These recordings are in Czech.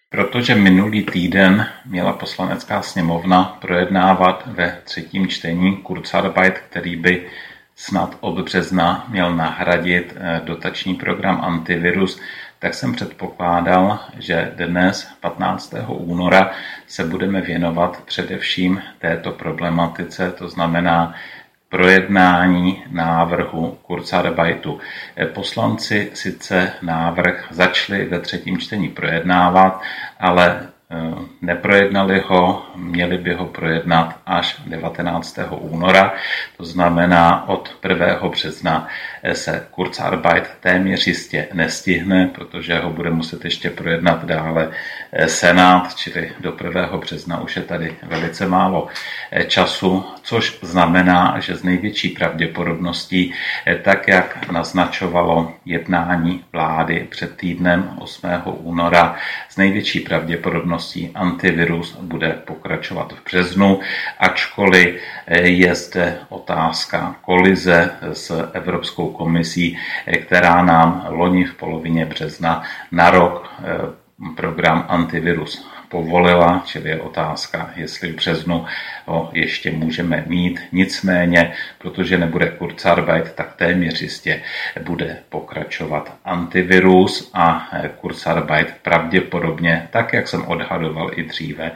Protože minulý týden měla Poslanecká sněmovna projednávat ve třetím čtení kurzarbeit, který by snad od března měl nahradit dotační program Antivirus, tak jsem předpokládal, že dnes, 15. února, se budeme věnovat především této problematice, to znamená projednání návrhu kurzarbeitu. Poslanci sice návrh začali ve třetím čtení projednávat, ale neprojednali ho, měli by ho projednat až 19. února, to znamená od 1. března se kurzarbeit téměř jistě nestihne, protože ho bude muset ještě projednat dále Senát, čili do 1. března už je tady velice málo času, což znamená, že z největší pravděpodobností, tak jak naznačovalo jednání vlády před týdnem 8. února, z největší pravděpodobností Antivirus bude pokračovat v březnu, ačkoliv je zde otázka kolize s Evropskou komisí, která nám loni v polovině března na rok program Antivirus povolila, čili je otázka, jestli v březnu ho ještě můžeme mít. Nicméně, protože nebude kurzarbeit, tak téměř jistě bude pokračovat Antivirus a kurzarbeit pravděpodobně, tak jak jsem odhadoval i dříve,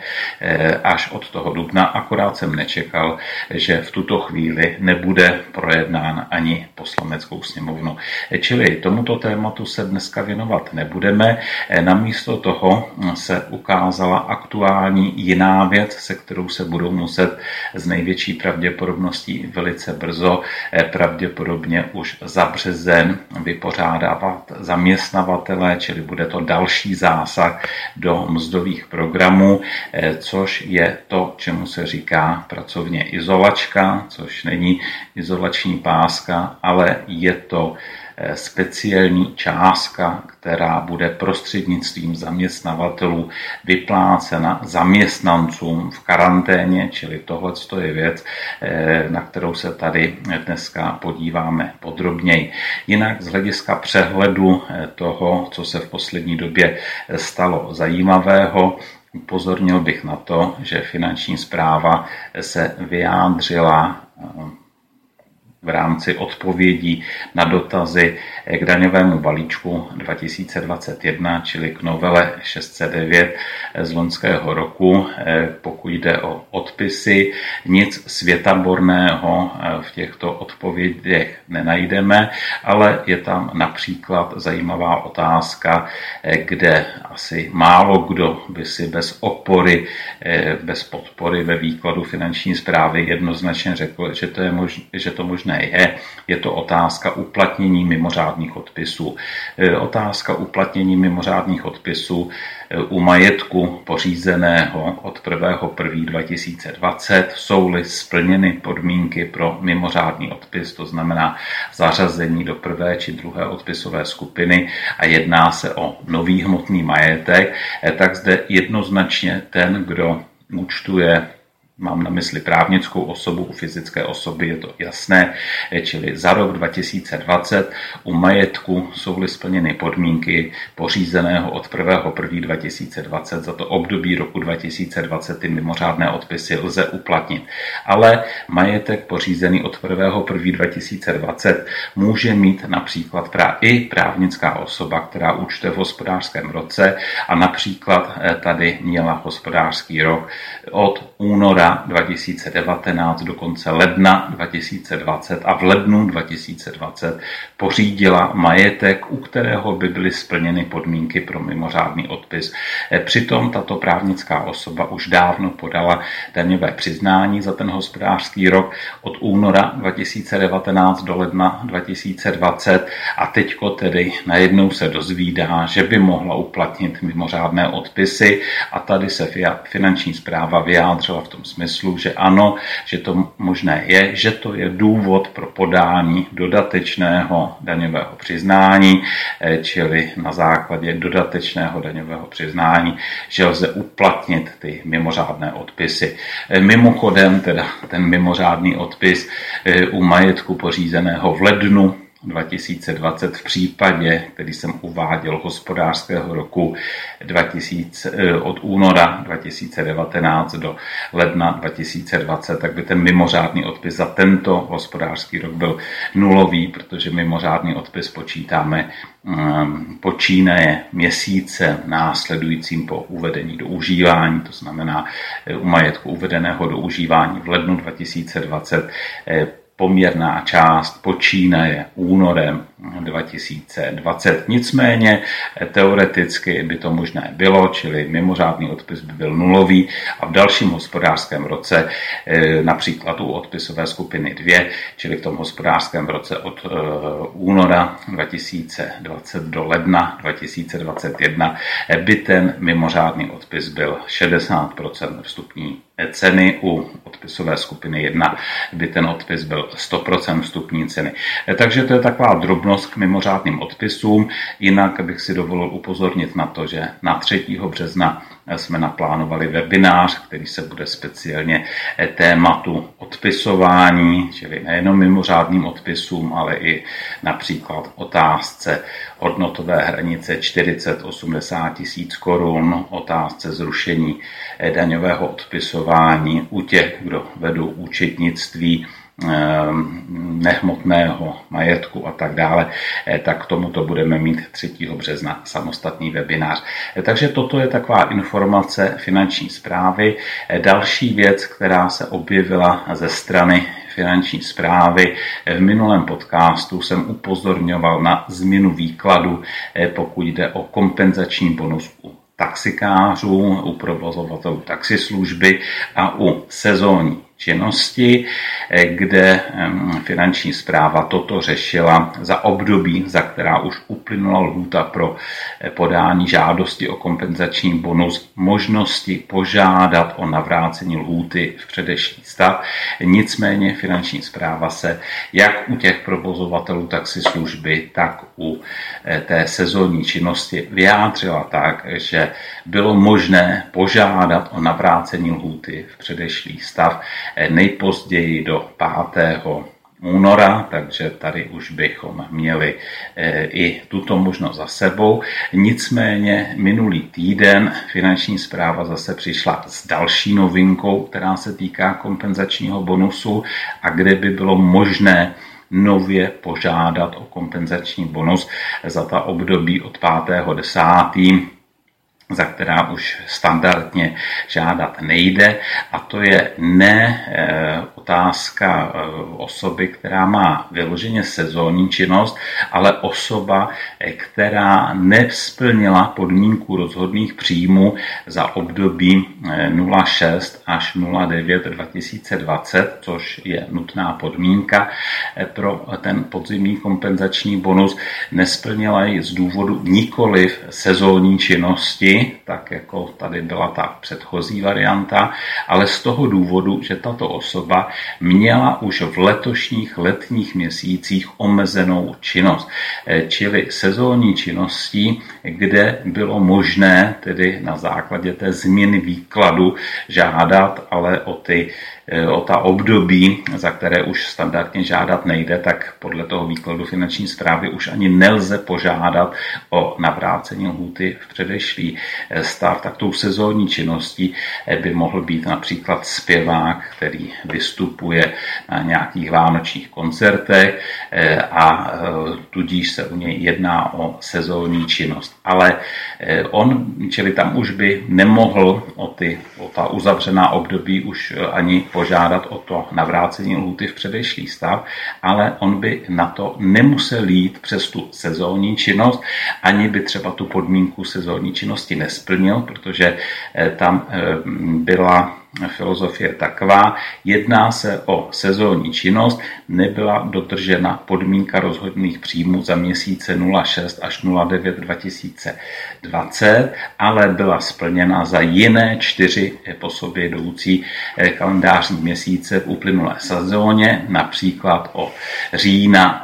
až od toho dubna, akorát jsem nečekal, že v tuto chvíli nebude projednán ani Poslaneckou sněmovnou. Čili tomuto tématu se dneska věnovat nebudeme. Namísto toho se ukázala aktuální jiná věc, se kterou se budou muset s největší pravděpodobností velice brzo, pravděpodobně už za březen, vypořádávat zaměstnavatelé, čili bude to další zásah do mzdových programů, což je to, čemu se říká pracovně izolačka, což není izolační páska, ale je to speciální částka, která bude prostřednictvím zaměstnavatelů vyplácena zaměstnancům v karanténě, čili tohle je věc, na kterou se tady dneska podíváme podrobněji. Jinak z hlediska přehledu toho, co se v poslední době stalo zajímavého, upozornil bych na to, že Finanční správa se vyjádřila v rámci odpovědí na dotazy k daňovému balíčku 2021, čili k novele 609 z loňského roku. Pokud jde o odpisy, nic světaborného v těchto odpovědích nenajdeme, ale je tam například zajímavá otázka, kde asi málo kdo by si bez podpory ve výkladu Finanční správy jednoznačně řekl, že to možné je to otázka uplatnění mimořádných odpisů. Otázka uplatnění mimořádných odpisů u majetku pořízeného od 1.1.2020 jsou-li splněny podmínky pro mimořádný odpis, to znamená zařazení do prvé či druhé odpisové skupiny a jedná se o nový hmotný majetek, tak zde jednoznačně ten, kdo účtuje, mám na mysli právnickou osobu, u fyzické osoby je to jasné, čili za rok 2020 u majetku jsou-li splněny podmínky pořízeného od 1.1.2020 za to období roku 2020 ty mimořádné odpisy lze uplatnit. Ale majetek pořízený od 1.1.2020 může mít například i právnická osoba, která účtuje v hospodářském roce a například tady měla hospodářský rok od února 2019 do konce ledna 2020 a v lednu 2020 pořídila majetek, u kterého by byly splněny podmínky pro mimořádný odpis. Přitom tato právnická osoba už dávno podala daňové přiznání za ten hospodářský rok od února 2019 do ledna 2020 a teďko tedy najednou se dozvídá, že by mohla uplatnit mimořádné odpisy a tady se Finanční správa vyjádřila v tom smyslu, že ano, že to možné je, že to je důvod pro podání dodatečného daňového přiznání, čili na základě dodatečného daňového přiznání, že lze uplatnit ty mimořádné odpisy. Mimochodem teda ten mimořádný odpis u majetku pořízeného v lednu 2020 v případě, který jsem uváděl, hospodářského roku od února 2019 do ledna 2020, tak by ten mimořádný odpis za tento hospodářský rok byl nulový, protože mimořádný odpis počínaje měsíce následujícím po uvedení do užívání, to znamená u majetku uvedeného do užívání v lednu 2020, poměrná část počínaje únorem 2020. Nicméně teoreticky by to možné bylo, čili mimořádný odpis by byl nulový a v dalším hospodářském roce, například u odpisové skupiny 2, čili v tom hospodářském roce od února 2020 do ledna 2021, by ten mimořádný odpis byl 60% vstupní ceny, u odpisové skupiny 1 by ten odpis byl 100% vstupní ceny. Takže to je taková drobnost k mimořádným odpisům. Jinak bych si dovolil upozornit na to, že na 3. března jsme naplánovali webinář, který se bude speciálně tématu odpisování, čili nejenom mimořádným odpisům, ale i například otázce hodnotové hranice 40-80 tisíc korun, otázce zrušení daňového odpisování u těch, kdo vedou účetnictví nehmotného majetku a tak dále, tak k tomuto budeme mít 3. března samostatný webinář. Takže toto je taková informace Finanční správy. Další věc, která se objevila ze strany Finanční správy, v minulém podcastu jsem upozorňoval na změnu výkladu, pokud jde o kompenzační bonus u taxikářů, u provozovatelů taxislužby a u sezónní činnosti, kde Finanční správa toto řešila za období, za která už uplynula lhůta pro podání žádosti o kompenzační bonus, možnosti požádat o navrácení lhůty v předešlý stav. Nicméně Finanční správa se jak u těch provozovatelů taxislužby, tak u té sezónní činnosti vyjádřila tak, že bylo možné požádat o navrácení lhůty v předešlý stav nejpozději do 5. února, takže tady už bychom měli i tuto možnost za sebou. Nicméně minulý týden Finanční správa zase přišla s další novinkou, která se týká kompenzačního bonusu a kde by bylo možné nově požádat o kompenzační bonus za ta období od 5.10., za která už standardně žádat nejde, a to je otázka osoby, která má vyloženě sezónní činnost, ale osoba, která nesplnila podmínku rozhodných příjmů za období 06 až 09 2020, což je nutná podmínka pro ten podzimní kompenzační bonus, nesplnila ji z důvodu nikoliv sezónní činnosti, tak jako tady byla ta předchozí varianta, ale z toho důvodu, že tato osoba měla už v letošních letních měsících omezenou činnost, čili sezónní činností, kde bylo možné tedy na základě té změny výkladu žádat, ale o ta období, za které už standardně žádat nejde, tak podle toho výkladu Finanční správy už ani nelze požádat o navrácení lhůty v předešlý stav. Tak tou sezónní činností by mohl být například zpěvák, který vystupuje na nějakých vánočních koncertech a tudíž se u něj jedná o sezónní činnost. Ale čili tam už by nemohl o ta uzavřená období už ani požádat o to navrácení lhůty v předešlý stav, ale on by na to nemusel jít přes tu sezónní činnost, ani by třeba tu podmínku sezónní činnosti nesplnil, protože tam byla filozofie taková, jedná se o sezónní činnost, nebyla dodržena podmínka rozhodných příjmů za měsíce 06 až 09 2020, ale byla splněna za jiné 4 po sobě jdoucí kalendářní měsíce v uplynulé sezóně, například o října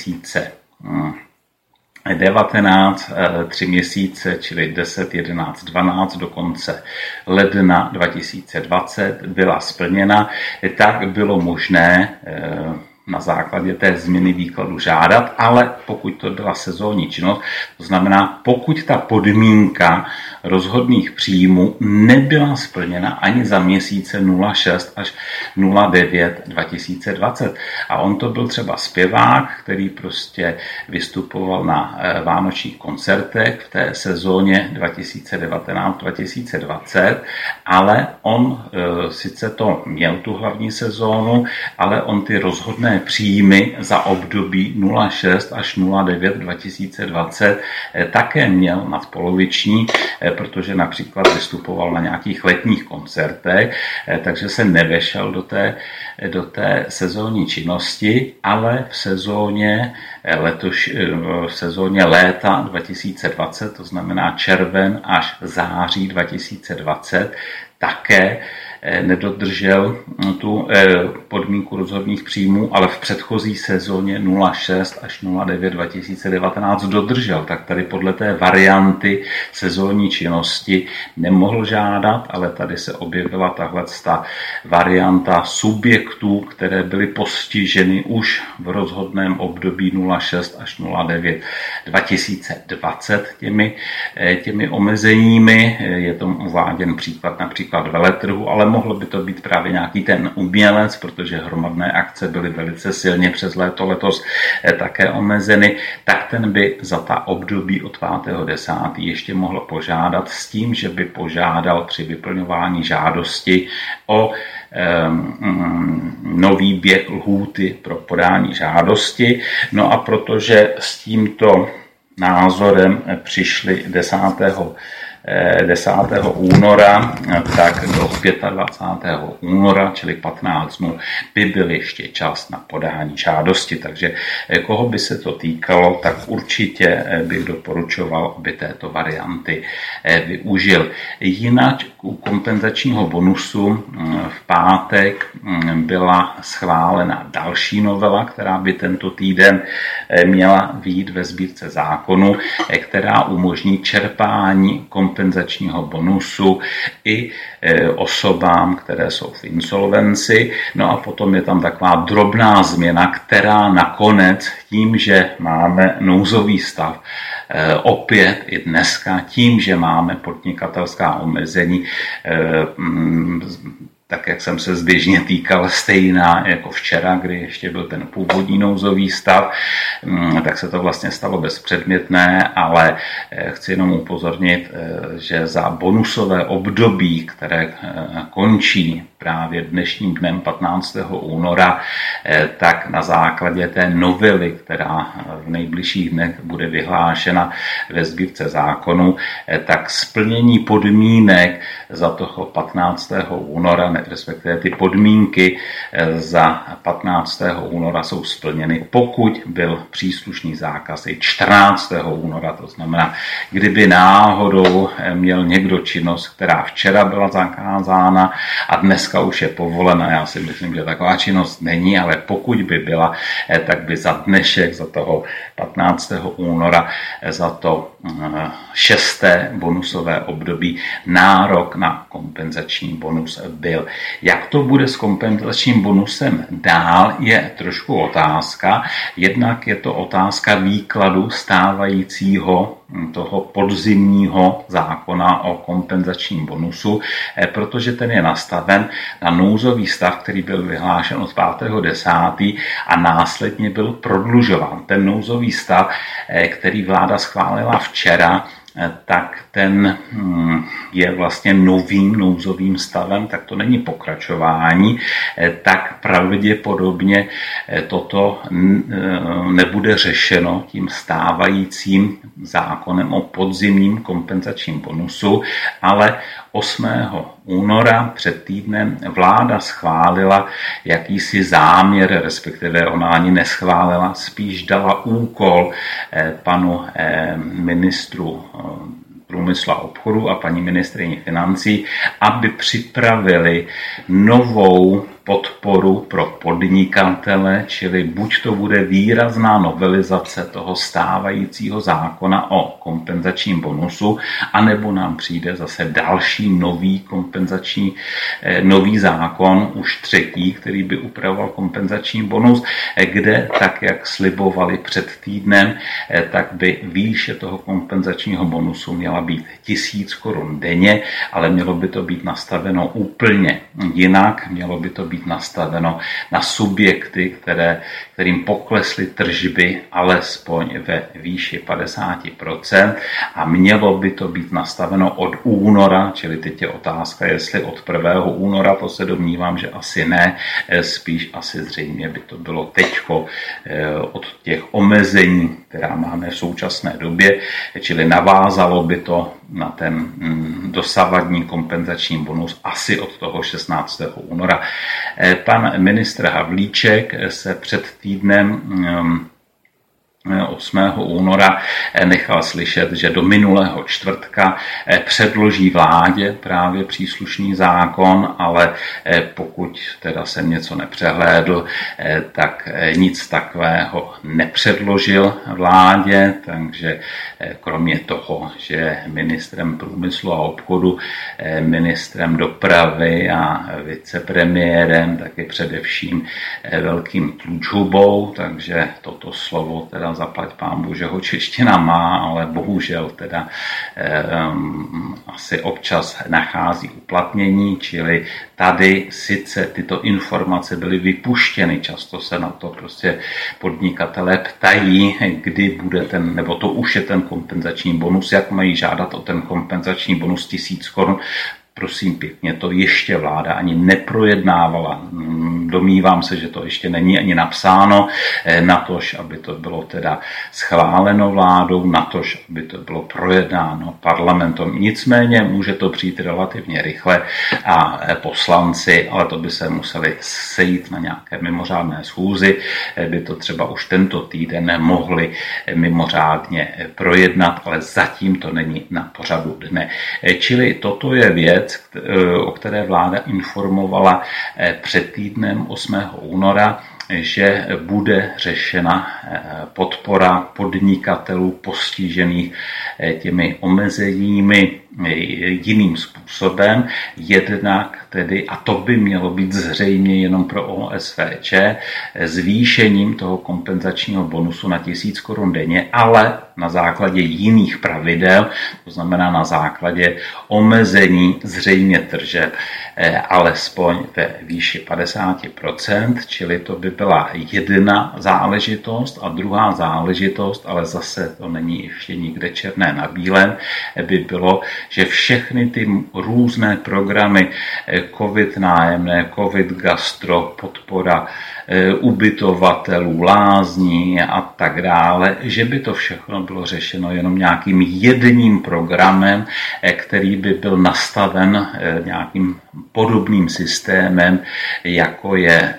2019, 3 měsíce, čili 10, 11, 12 do konce ledna 2020 byla splněna, tak bylo možné na základě té změny výkladu žádat, ale pokud to byla sezónní činnost, to znamená, pokud ta podmínka rozhodných příjmů nebyla splněna ani za měsíce 06 až 09 2020. A on to byl třeba zpěvák, který prostě vystupoval na vánočních koncertech v té sezóně 2019-2020, ale on sice to měl tu hlavní sezónu, ale on ty rozhodné příjmy za období 06 až 09 2020 také měl nadpoloviční, protože například vystupoval na nějakých letních koncertech, takže se nevešel do té sezónní činnosti, ale v sezóně léta 2020, to znamená červen až září 2020, také nedodržel tu podmínku rozhodných příjmů, ale v předchozí sezóně 06 až 09 2019 dodržel. Tak tady podle té varianty sezónní činnosti nemohl žádat, ale tady se objevila tahle varianta subjektů, které byly postiženy už v rozhodném období 06 až 09 2020 těmi omezeními. Je tam uváděn příklad například veletrhu, ale mohl by to být právě nějaký ten umělec, protože hromadné akce byly velice silně přes léto letos také omezeny, tak ten by za ta období od 5.10. ještě mohl požádat s tím, že by požádal při vyplňování žádosti o nový běh lhůty pro podání žádosti. No a protože s tímto názorem přišli 10. února, tak do 25. února, čili 15 dnů, by byl ještě čas na podání žádosti. Takže koho by se to týkalo, tak určitě bych doporučoval, aby této varianty využil. Jinak u kompenzačního bonusu v pátek byla schválena další novela, která by tento týden měla vyjít ve Sbírce zákonu, která umožní čerpání kompenzačního bonusu i osobám, které jsou v insolvenci. No a potom je tam taková drobná změna, která nakonec tím, že máme nouzový stav, opět i dneska, tím, že máme podnikatelská omezení, tak jak jsem se zběžně týkal, stejná jako včera, kdy ještě byl ten původní nouzový stav, tak se to vlastně stalo bezpředmětné, ale chci jenom upozornit, že za bonusové období, které končí právě dnešním dnem 15. února, tak na základě té novely, která v nejbližších dnech bude vyhlášena ve Sbírce zákonu, tak splnění podmínek za toho 15. února, respektive ty podmínky za 15. února jsou splněny, pokud byl příslušný zákaz i 14. února, to znamená, kdyby náhodou měl někdo činnost, která včera byla zakázána a dneska už je povolena, já si myslím, že taková činnost není, ale pokud by byla, tak by za dnešek, za toho 15. února, za to 6. bonusové období nárok na kompenzační bonus byl. Jak to bude s kompenzačním bonusem dál, je trošku otázka. Jednak je to otázka výkladu stávajícího toho podzimního zákona o kompenzačním bonusu, protože ten je nastaven na nouzový stav, který byl vyhlášen od 5.10. a následně byl prodlužován. Ten nouzový stav, který vláda schválila včera, tak ten je vlastně novým nouzovým stavem, tak to není pokračování, tak pravděpodobně toto nebude řešeno tím stávajícím zákonem o podzimním kompenzačním bonusu, ale 8. února před týdnem vláda schválila jakýsi záměr, respektive ona ani neschválila, spíš dala úkol panu ministru průmyslu a obchodu a paní ministryni financí, aby připravili novou podporu pro podnikatele, čili buď to bude výrazná novelizace toho stávajícího zákona o kompenzačním bonusu, anebo nám přijde zase další nový zákon, už třetí, který by upravoval kompenzační bonus, kde tak, jak slibovali před týdnem, tak by výše toho kompenzačního bonusu měla být 1000 korun denně, ale mělo by to být nastaveno úplně jinak, mělo by to být nastaveno na subjekty, kterým poklesly tržby alespoň ve výši 50% a mělo by to být nastaveno od února, čili teď je otázka, jestli od 1. února, to se domnívám, že asi ne, spíš asi zřejmě by to bylo teďko od těch omezení, která máme v současné době, čili navázalo by to na ten dosavadní kompenzační bonus asi od toho 16. února. Pan ministr Havlíček se před týdnem 8. února nechal slyšet, že do minulého čtvrtka předloží vládě právě příslušný zákon, ale pokud teda jsem něco nepřehlédl, tak nic takového nepředložil vládě, takže kromě toho, že ministrem průmyslu a obchodu, ministrem dopravy a vicepremiérem, tak je především velkým tlučhubou, takže toto slovo teda zaplať pánbu, že ho čeština má, ale bohužel teda asi občas nachází uplatnění, čili tady sice tyto informace byly vypuštěny, často se na to prostě podnikatelé ptají, kdy bude nebo to už je ten kompenzační bonus, jak mají žádat o ten kompenzační bonus 1000 korun. Prosím pěkně, to ještě vláda ani neprojednávala. Domnívám se, že to ještě není ani napsáno, natož, aby to bylo teda schváleno vládou, natož, aby to bylo projednáno parlamentem. Nicméně může to přijít relativně rychle a poslanci, ale to by se museli sejít na nějaké mimořádné schůzi, by to třeba už tento týden mohli mimořádně projednat, ale zatím to není na pořadu dne. Čili toto je věc, o které vláda informovala před týdnem 8. února, že bude řešena podpora podnikatelů postižených těmi omezeními jiným způsobem, jednak tedy, a to by mělo být zřejmě jenom pro OSVČ, zvýšením toho kompenzačního bonusu na 1000 korun denně, ale na základě jiných pravidel, to znamená na základě omezení zřejmě tržeb alespoň ve výši 50%, čili to by byla jedna záležitost a druhá záležitost, ale zase to není ještě nikde černé na bílém, by bylo, že všechny ty různé programy COVID nájemné, COVID gastro, podpora ubytovatelů, lázní a tak dále, že by to všechno bylo řešeno jenom nějakým jedním programem, který by byl nastaven nějakým podobným systémem, jako je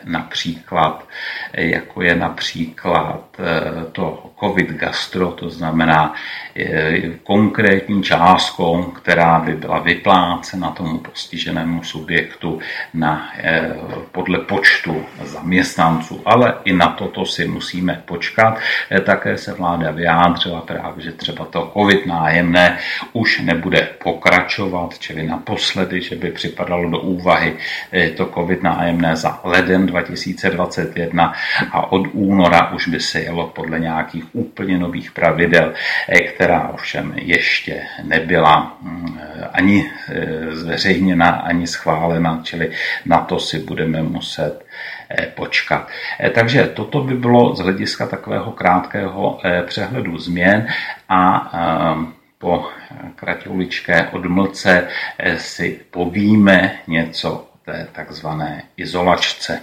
například to COVID gastro, to znamená konkrétní částkou, která by byla vyplácena tomu postiženému subjektu podle počtu zaměstnanců. Ale i na toto si musíme počkat. Také se vláda vyjádřila právě, že třeba to COVID nájemné už nebude pokračovat, čili naposledy, že by připadalo do úvahy to COVID nájemné za leden 2021 a od února už by se jelo podle nějakých úplně nových pravidel, která ovšem ještě nebyla ani zveřejněna, ani schválena, čili na to si budeme muset počkat. Takže toto by bylo z hlediska takového krátkého přehledu změn a po kraťouličké odmlce si povíme něco o té takzvané izolačce.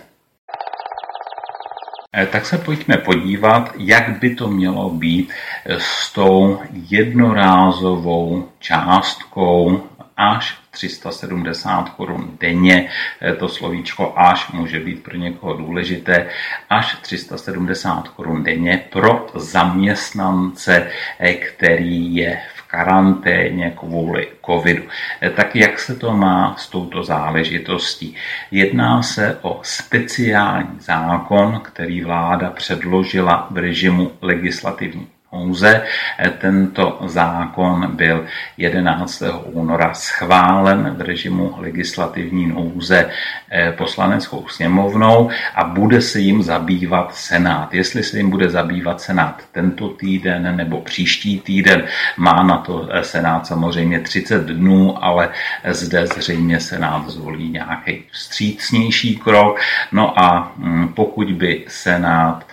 Tak se pojďme podívat, jak by to mělo být s tou jednorázovou částkou až 370 korun denně. To slovíčko až může být pro někoho důležité. Až 370 korun denně pro zaměstnance, který je v karanténě kvůli covidu. Tak jak se to má s touto záležitostí? Jedná se o speciální zákon, který vláda předložila v režimu legislativní nouze. Tento zákon byl 11. února schválen v režimu legislativní nouze Poslaneckou sněmovnou a bude se jim zabývat Senát. Jestli se jim bude zabývat Senát tento týden nebo příští týden, má na to Senát samozřejmě 30 dnů, ale zde zřejmě Senát zvolí nějaký vstřícnější krok. No a pokud by Senát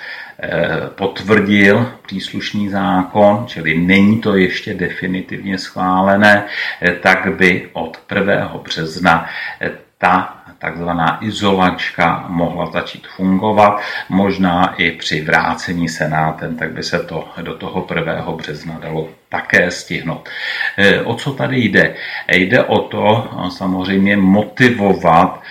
potvrdil příslušný zákon, čili není to ještě definitivně schválené, tak by od 1. března ta takzvaná izolačka mohla začít fungovat. Možná i při vrácení Senátem, tak by se to do toho 1. března dalo také stihnout. O co tady jde? Jde o to samozřejmě motivovat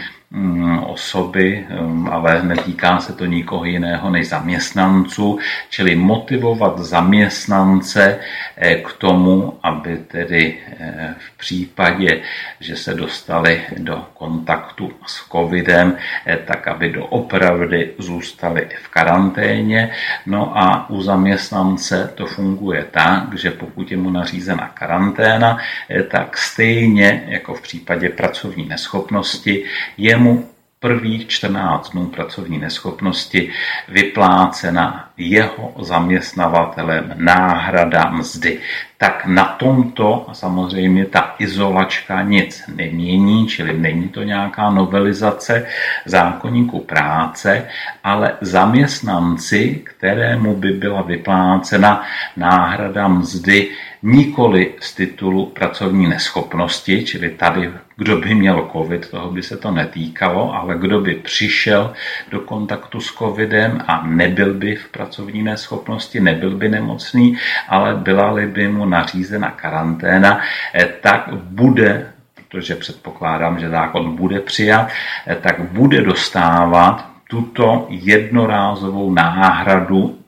osoby, ale netýká se to nikoho jiného než zaměstnanců, čili motivovat zaměstnance k tomu, aby tedy v případě, že se dostali do kontaktu s covidem, tak aby doopravdy zůstali v karanténě. No a u zaměstnance to funguje tak, že pokud je mu nařízena karanténa, tak stejně jako v případě pracovní neschopnosti je mu prvních 14 dnů pracovní neschopnosti vyplácena jeho zaměstnavatelem náhrada mzdy. Tak na tomto samozřejmě ta izolačka nic nemění, čili není to nějaká novelizace zákoníku práce, ale zaměstnanci, kterému by byla vyplácena náhrada mzdy nikoli z titulu pracovní neschopnosti, čili tady, kdo by měl covid, toho by se to netýkalo, ale kdo by přišel do kontaktu s covidem a nebyl by v pracovní neschopnosti, nebyl by nemocný, ale byla-li by mu nařízena karanténa, tak bude, protože předpokládám, že zákon bude přijat, tak bude dostávat tuto jednorázovou náhradu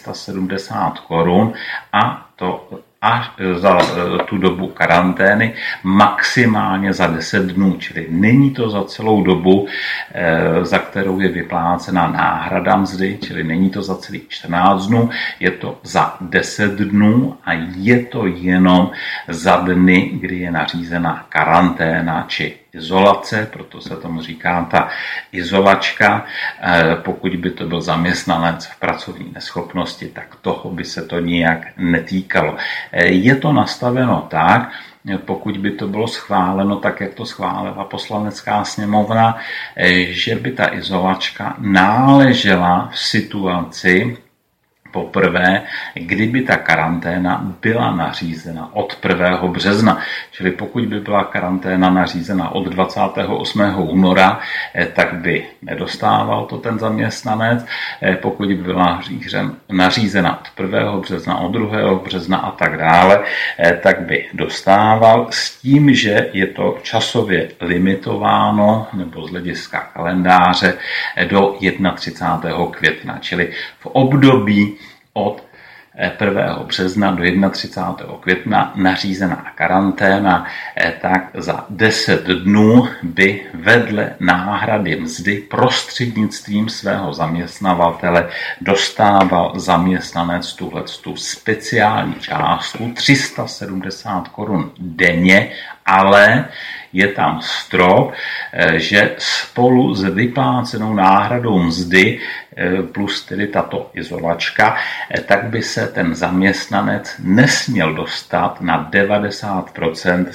370 korun a to až za tu dobu karantény, maximálně za 10 dnů, čili není to za celou dobu, za kterou je vyplácena náhrada mzdy, čili není to za celých 14 dnů, je to za 10 dnů a je to jenom za dny, kdy je nařízena karanténa či izolace, proto se tomu říká ta izolačka. Pokud by to byl zaměstnanec v pracovní neschopnosti, tak toho by se to nijak netýkalo. Je to nastaveno tak, pokud by to bylo schváleno tak, jak to schválila Poslanecká sněmovna, že by ta izolačka náležela v situaci, poprvé, kdyby ta karanténa byla nařízena od 1. března. Čili pokud by byla karanténa nařízena od 28. února, tak by nedostával to ten zaměstnanec. Pokud by byla nařízena od 1. března, od 2. března a tak dále, tak by dostával s tím, že je to časově limitováno nebo z hlediska kalendáře do 31. května. Čili v období od 1. března do 31. května nařízená karanténa, tak za 10 dnů by vedle náhrady mzdy prostřednictvím svého zaměstnavatele dostával zaměstnanec tuhletu speciální částku 370 korun denně, ale je tam strop, že spolu s vyplácenou náhradou mzdy plus tedy tato izolačka, tak by se ten zaměstnanec nesměl dostat na 90%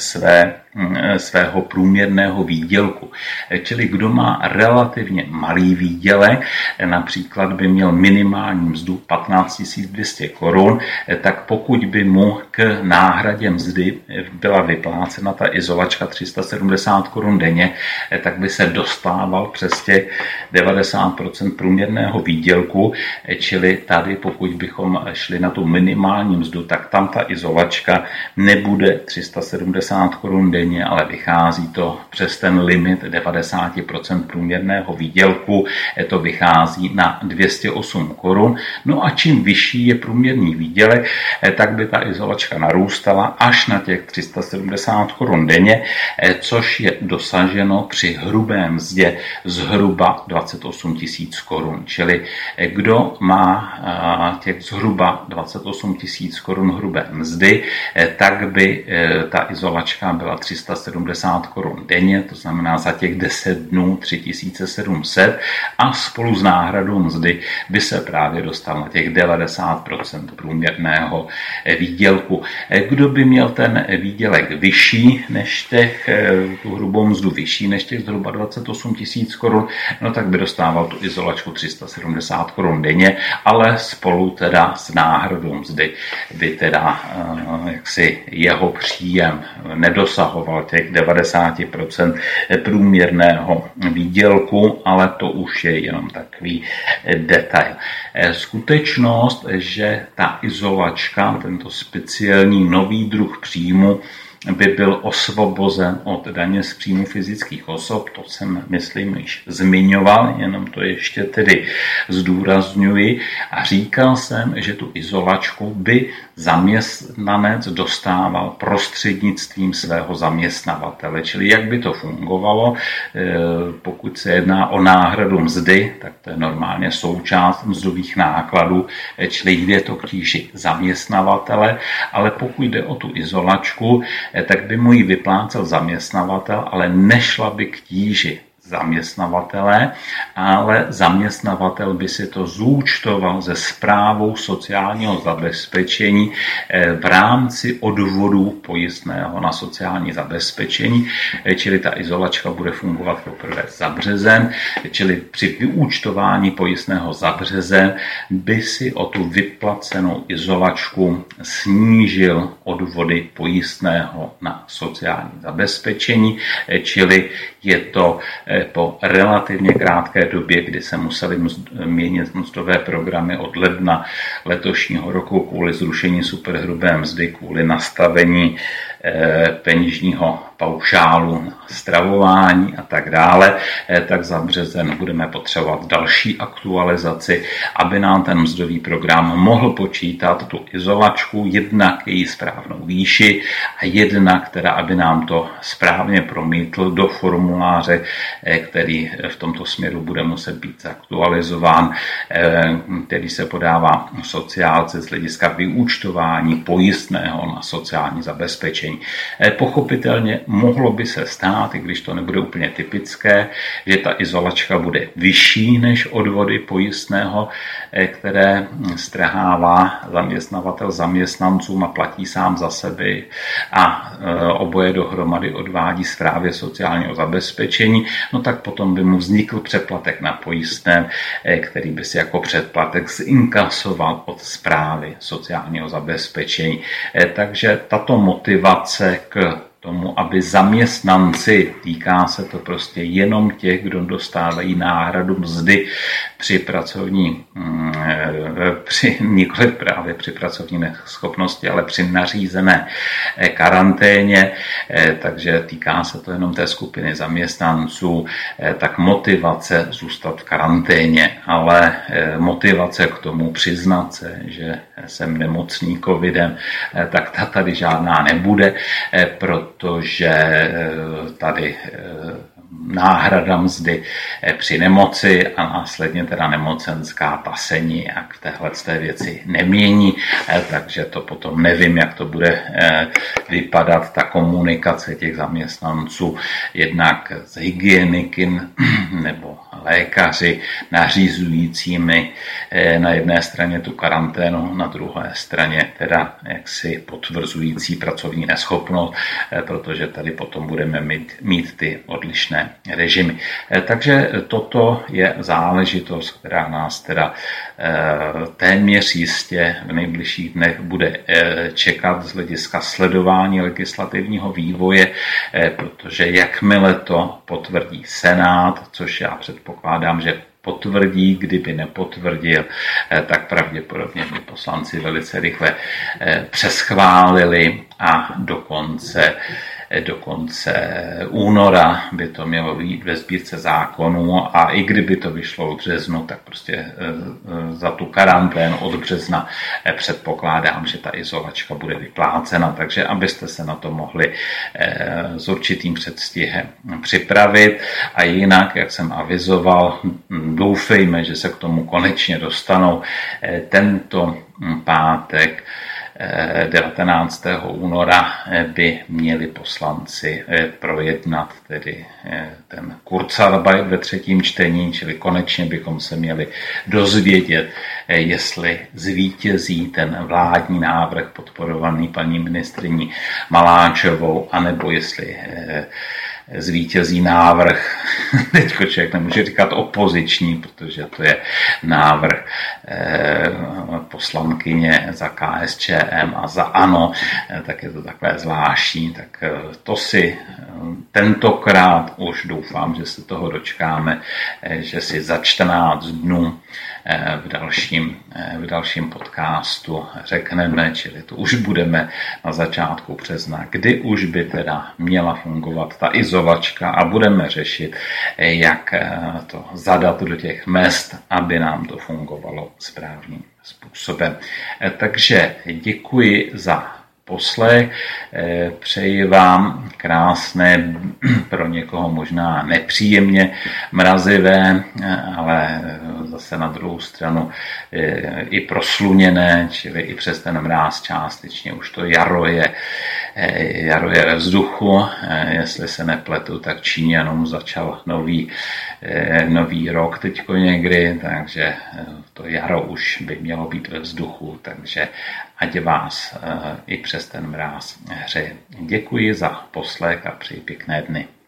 svého průměrného výdělku. Čili kdo má relativně malý výdělek, například by měl minimální mzdu 15 200 korun, tak pokud by mu k náhradě mzdy byla vyplácena ta izolačka 370 korun denně, tak by se dostával přes těch 90% průměrného výdělku, čili tady pokud bychom šli na tu minimální mzdu, tak tam ta izolačka nebude 370 korun denně, denně, ale vychází to přes ten limit 90% průměrného výdělku, to vychází na 208 korun. No a čím vyšší je průměrný výdělek, tak by ta izolačka narůstala až na těch 370 korun denně, což je dosaženo při hrubé mzdě zhruba 28 000 korun. Čili kdo má těch zhruba 28 000 korun hrubé mzdy, tak by ta izolačka byla 370 korun denně, to znamená za těch 10 dnů 3700 a spolu s náhradou mzdy by se právě dostal na těch 90% průměrného výdělku. Kdo by měl ten výdělek vyšší než tu hrubou mzdu vyšší než těch zhruba 28 000 korun, no tak by dostával tu izolačku 370 korun denně, ale spolu teda s náhradou mzdy by teda jaksi jeho příjem nedosahoval těch 90% průměrného výdělku, ale to už je jenom takový detail. Skutečnost, že ta izolačka, tento speciální nový druh příjmu, by byl osvobozen od daně z příjmu fyzických osob, to jsem, myslím, již zmiňoval, jenom to ještě tedy zdůrazňuji a říkal jsem, že tu izolačku by zaměstnanec dostával prostřednictvím svého zaměstnavatele, čili jak by to fungovalo, pokud se jedná o náhradu mzdy, tak to je normálně součást mzdových nákladů, čili jde to k tíži zaměstnavatele, ale pokud jde o tu izolačku, tak by mu ji vyplácel zaměstnavatel, ale nešla by k tíži zaměstnavatele, ale zaměstnavatel by si to zúčtoval se správou sociálního zabezpečení v rámci odvodu pojistného na sociální zabezpečení, čili ta izolačka bude fungovat poprvé za březen, čili při vyúčtování pojistného za březen by si o tu vyplacenou izolačku snížil odvody pojistného na sociální zabezpečení, čili je to po relativně krátké době, kdy se museli měnit mzdové programy od ledna letošního roku kvůli zrušení superhrubé mzdy, kvůli nastavení peněžního paušálu na stravování a tak dále, tak za březen budeme potřebovat další aktualizaci, aby nám ten mzdový program mohl počítat tu izolačku, jednak její správnou výši a jednak teda, aby nám to správně promítl do formuláře, který v tomto směru bude muset být zaktualizován, který se podává sociálce z hlediska vyúčtování pojistného na sociální zabezpečení. Pochopitelně mohlo by se stát, i když to nebude úplně typické, že ta izolačka bude vyšší než odvody pojistného, které strhává zaměstnavatel zaměstnancům a platí sám za sebe a oboje dohromady odvádí správě sociálního zabezpečení, no tak potom by mu vznikl přeplatek na pojistném, který by si jako předplatek zinkasoval od správy sociálního zabezpečení. Takže tato motivace k tomu, aby zaměstnanci, týká se to prostě jenom těch, kdo dostávají náhradu mzdy nikoli právě při pracovní neschopnosti, ale při nařízené karanténě, takže týká se to jenom té skupiny zaměstnanců, tak motivace zůstat v karanténě, ale motivace k tomu přiznat se, že jsem nemocný covidem, tak ta tady žádná nebude, protože tady náhrada mzdy při nemoci a následně teda nemocenská ta se nijak v téhleté věci nemění, takže to potom nevím, jak to bude vypadat, ta komunikace těch zaměstnanců, jednak s hygieniky nebo lékaři nařizujícími na jedné straně tu karanténu, na druhé straně teda jaksi potvrzující pracovní neschopnost, protože tady potom budeme mít ty odlišné režimy. Takže toto je záležitost, která nás teda téměř jistě v nejbližších dnech bude čekat z hlediska sledování legislativního vývoje, protože jakmile to potvrdí Senát, což já předpokládám, že potvrdí, kdyby nepotvrdil, tak pravděpodobně by poslanci velice rychle přeschválili a dokonce do konce února by to mělo být ve sbírce zákonů a i kdyby to vyšlo v březnu, tak prostě za tu karanténu od března předpokládám, že ta izolačka bude vyplácena, takže abyste se na to mohli s určitým předstihem připravit. A jinak, jak jsem avizoval, doufejme, že se k tomu konečně dostanou. Tento pátek 19. února by měli poslanci projednat tedy ten Kurzarbeit ve třetím čtení, čili konečně bychom se měli dozvědět, jestli zvítězí ten vládní návrh podporovaný paní ministryní Maláčovou, anebo jestli zvítězí návrh, teďko člověk nemůže říkat opoziční, protože to je návrh poslankyně za KSČM a za ANO, tak je to takové zvláštní, tak to si tentokrát už doufám, že se toho dočkáme, že si za 14 dnů v dalším podcastu řekneme, čili to už budeme na začátku března, kdy už by teda měla fungovat ta izolačka a budeme řešit, jak to zadat do těch mezd, aby nám to fungovalo správným způsobem. Takže děkuji za poslech, přeji vám krásné, pro někoho možná nepříjemně mrazivé, ale zase na druhou stranu i prosluněné, čili i přes ten mráz částečně už to jaro je ve vzduchu, jestli se nepletu, tak Číňanům začal nový rok teďko někdy, takže to jaro už by mělo být ve vzduchu, takže ať vás i přes ten mráz hřeje. Děkuji za poslech a přeji pěkné dny.